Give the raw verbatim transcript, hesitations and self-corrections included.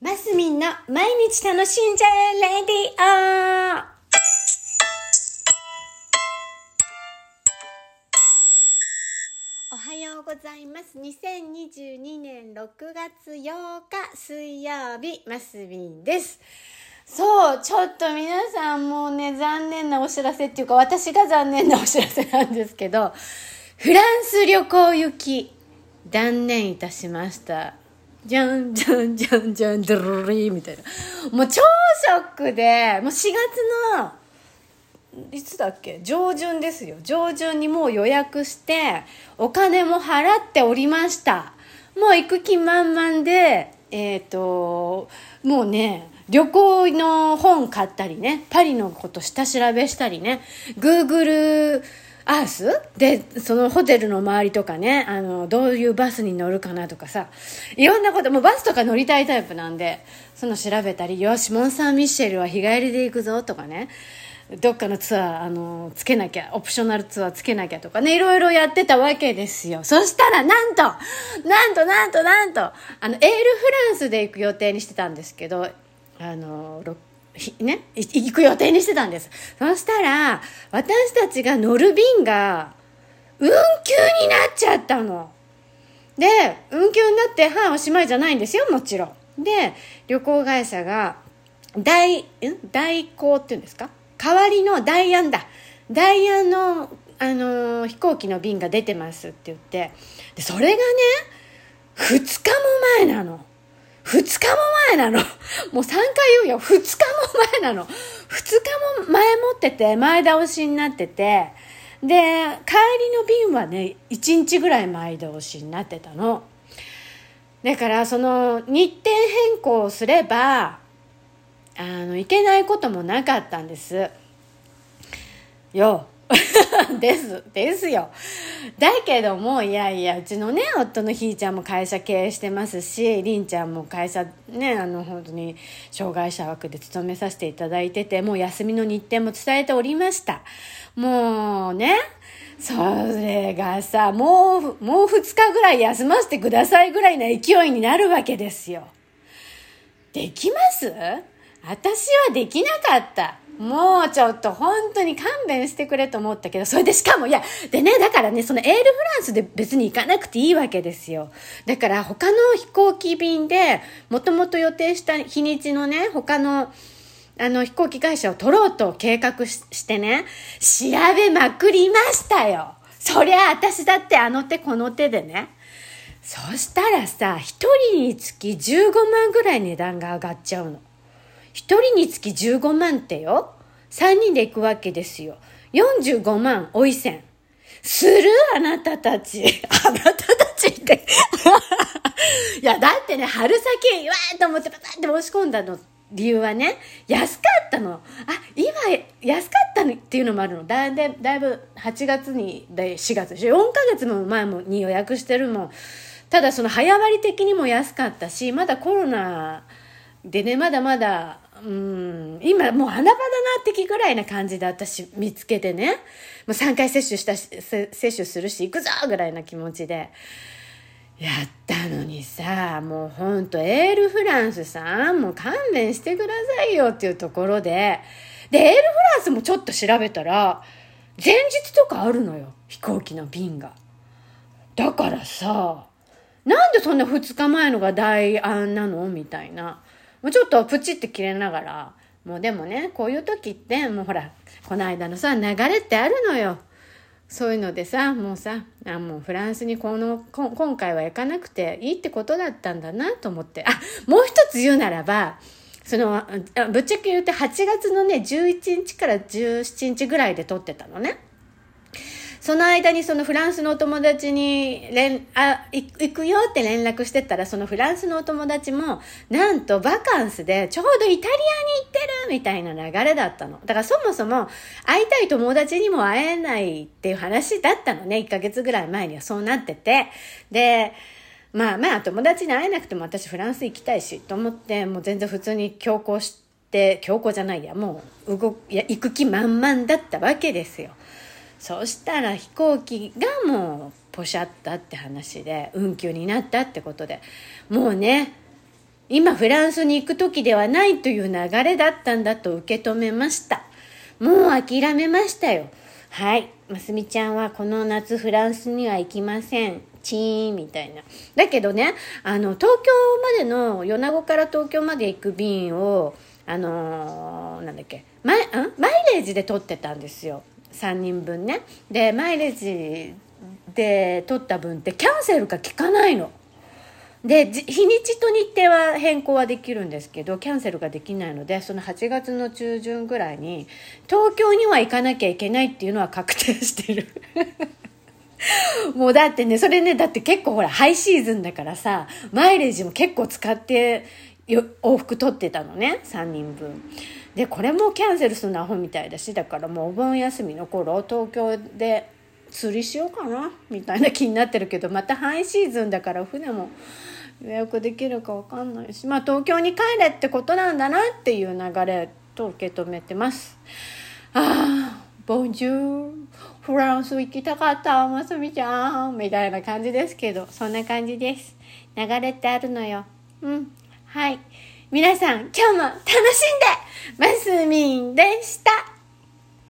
マスミンの毎日楽しんじゃえレディオ。おはようございます。にせんにじゅうにねんろくがつようか水曜日、マスミンです。そう、ちょっと皆さんもうね、残念なお知らせっていうか、私が残念なお知らせなんですけど、フランス旅行行き断念いたしました。じゃんじゃんじゃんじゃんドゥルリーみたいな、もう超ショックで、もうしがつのいつだっけ、上旬ですよ。上旬にもう予約してお金も払っておりました。もう行く気満々で、えっともうね、旅行の本買ったりね、パリのこと下調べしたりね、 Googleアースでそのホテルの周りとかね、あのどういうバスに乗るかなとかさ、いろんなこと、もうバスとか乗りたいタイプなんで、その調べたり、よしモンサンミッシェルは日帰りで行くぞとかね、どっかのツアーあのつけなきゃ、オプショナルツアーつけなきゃとかね、いろいろやってたわけですよ。そしたらなんとなんとなんとなんとあのエールフランスで行く予定にしてたんですけど、あのね、行く予定にしてたんです。そしたら私たちが乗る便が運休になっちゃったので、運休になってはいおしまいじゃないんですよ、もちろん。で、旅行会社が代ん代行っていうんですか、代わりのダイアンだダイアンの、あのー、飛行機の便が出てますって言って、でそれがねふつかも前なの。ふつかも前なの。もうさんかい言うよ。ふつかも前なの。ふつかも前もってて、前倒しになってて、で帰りの便はねいちにちぐらい前倒しになってたの。だからその日程変更すればあのいけないこともなかったんですよですですよ。だけども、いやいや、うちのね夫のひーちゃんも会社経営してますし、りんちゃんも会社ね、あの本当に障害者枠で勤めさせていただいてて、もう休みの日程も伝えておりました。もうね、それがさ、もうもうふつかぐらい休ませてくださいぐらいの勢いになるわけですよ。できます？私はできなかった。もうちょっと本当に勘弁してくれと思ったけど、それでしかも、いやでね、だからね、そのエールフランスで別に行かなくていいわけですよ。だから他の飛行機便でもともと予定した日にちのね、他のあの飛行機会社を取ろうと計画 し, してね調べまくりましたよ。そりゃ私だってあの手この手でね。そしたらさ、一人につきじゅうごまんぐらい値段が上がっちゃうの。一人につきじゅうごまんってよ、さんにんで行くわけですよ。よんじゅうごまんおいせんする？あなたたちあなたたちっていやだってね、春先わーっと思ってパタンって申し込んだの理由はね、安かったの。あ、今安かったのっていうのもあるの。だいぶだいぶはちがつにでしがつでしょ、よんかげつも前もに予約してるもん。ただその早割的にも安かったし、まだコロナでね、まだまだうーん今もう穴場だなってきぐらいな感じで私見つけてね、もうさんかい接種したし接種するし行くぞぐらいな気持ちでやったのにさ、もうほんとエールフランスさんもう勘弁してくださいよっていうところで、でエールフランスもちょっと調べたら前日とかあるのよ、飛行機の便が。だからさ、なんでそんなふつかまえのが代案なのみたいな、もうちょっとプチって切れながら、もうでもね、こういう時ってもうほら、この間のさ流れってあるのよ。そういうのでさ、もうさ、あもうフランスにこのこ今回は行かなくていいってことだったんだなと思って。あ、もう一つ言うならば、そのぶっちゃけ言ってはちがつのねじゅういちにちからじゅうしちにちぐらいで撮ってたのね。その間にそのフランスのお友達に連あ行くよって連絡してたら、そのフランスのお友達もなんとバカンスでちょうどイタリアに行ってるみたいな流れだったの。だからそもそも会いたい友達にも会えないっていう話だったのね。いっかげつぐらい前にはそうなってて、でまあまあ友達に会えなくても私フランス行きたいしと思って、もう全然普通に強行して強行じゃないやもう動いや行く気満々だったわけですよ。そしたら飛行機がもうポシャったって話で運休になったってことで、もうね今フランスに行く時ではないという流れだったんだと受け止めました。もう諦めましたよ。はい、ますみちゃんはこの夏フランスには行きません。チーンみたいな。だけどね、あの東京までの米子から東京まで行く便をあのー、なんだっけマイ、んマイレージで取ってたんですよ。さんにんぶんね。でマイレージで取った分ってキャンセルが効かないので、日にちと日程は変更はできるんですけどキャンセルができないので、そのはちがつの中旬ぐらいに東京には行かなきゃいけないっていうのは確定してるもうだってね、それね、だって結構ほらハイシーズンだからさ、マイレージも結構使って往復取ってたのね、さんにんぶんで。これもキャンセルするのアホみたいだし、だからもうお盆休みの頃東京で釣りしようかなみたいな気になってるけど、またハイシーズンだから船も予約できるか分かんないし、まあ東京に帰れってことなんだなっていう流れと受け止めてます。ああ、ボンジュール、フランス行きたかった、ますみちゃんみたいな感じですけど、そんな感じです。流れってあるのよ。うん、はい、皆さん今日も楽しんでますみんでした。